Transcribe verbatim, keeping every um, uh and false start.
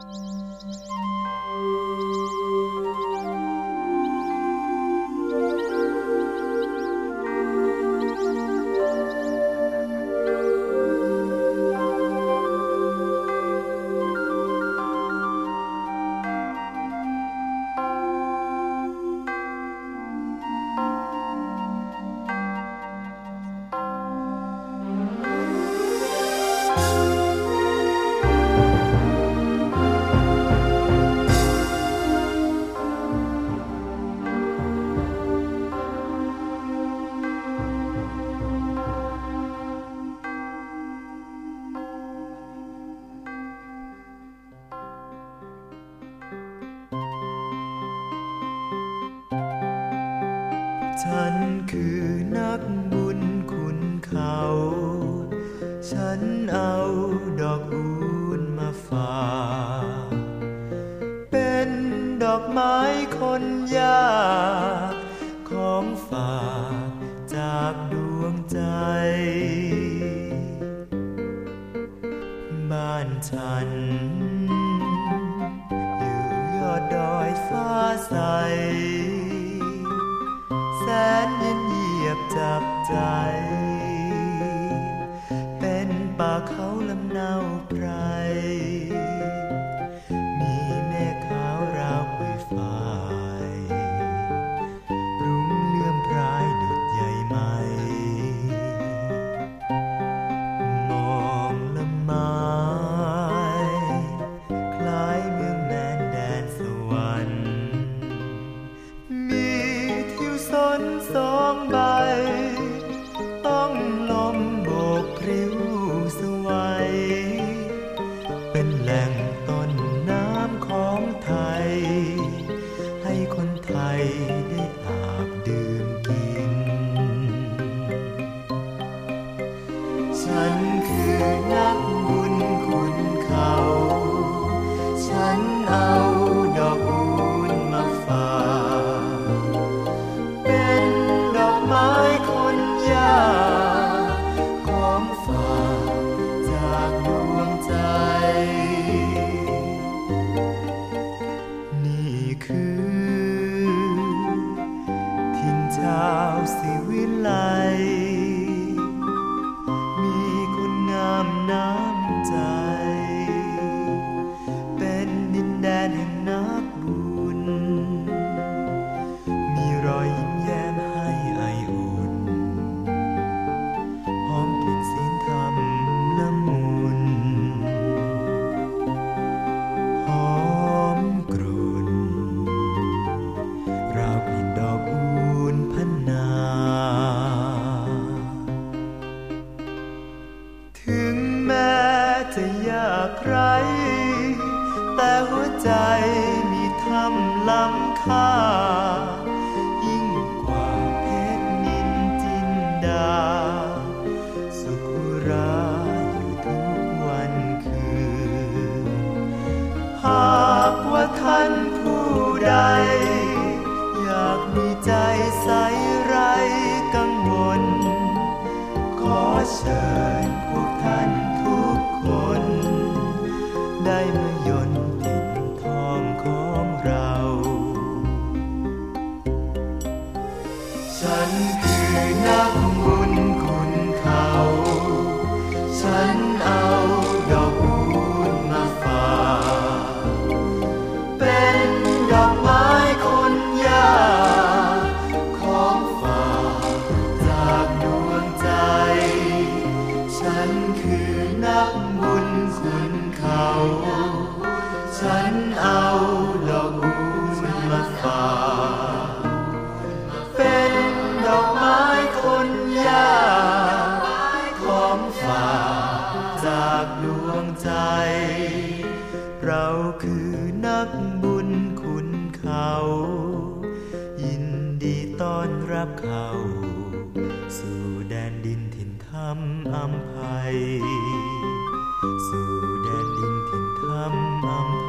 ฉันคือนักบุญคุณเขาฉันเอาดอกอูนมาฝากเป็นดอกไม้คนยากของฝากจากดวงใจบ้านฉันอยู่ยอดดอยฟ้าใสแสนเย็นเยียบจับใจเป็นป่าเขาลำเนาไพรมีเมฆขาวราวปุยฝ้ายรุ้งเลื่อมพรายดุจใยไหมมองละไม้คล้ายเมืองแมนแดนสวรรค์สนสองใบต้องลมโบกพริ้วสวยเป็นแหล่งต้นน้ำของไทยให้คนไทยได้อาบดื่มกินฉันคือนักบุญคุณเขาฉันเอาดอกอูนมาฝากเป็นดอกไม้คนยากของฝากจากดวงใจนี่คือถิ่นชาวศิวิไลมีคนงามน้ำใจเป็นดินแดนแห่งนักบุญมีรอยยิ้มแย้มให้ไออุ่นหอมกลิ่นศีลธรรมละมุนหอมกรุ่นราวกลิ่นดอกอูนพนาถึงแม้จะยากไร้แต่หัวใจมีธรรมล้ำค่ายิ่งกว่าเพชรนินจินดาสุขุราอยู่ทุกวันคืนหากว่าท่านผู้ใดอยากมีใจใสไร้กังวลขอเชิญพวกท่านทุกคนได้มายนต์ถิ่นทองของเราฉันคือนักบุญคุณเขาฉันเอาดอกอูนมาฝากเป็นดอกไม้คนยากของฝากจากดวงใจฉันคือนักบุญคุณเขาฉันเอาดอกอูนมาฝากเป็นดอกไม้คนยากของฝากจากดวงใจเราคือนักบุญคุณเขายินดีต้อนรับเขาสู่แดนดินถิ่นธรรมอำไพสู่แดนดินถิ่นธรรมอำไพ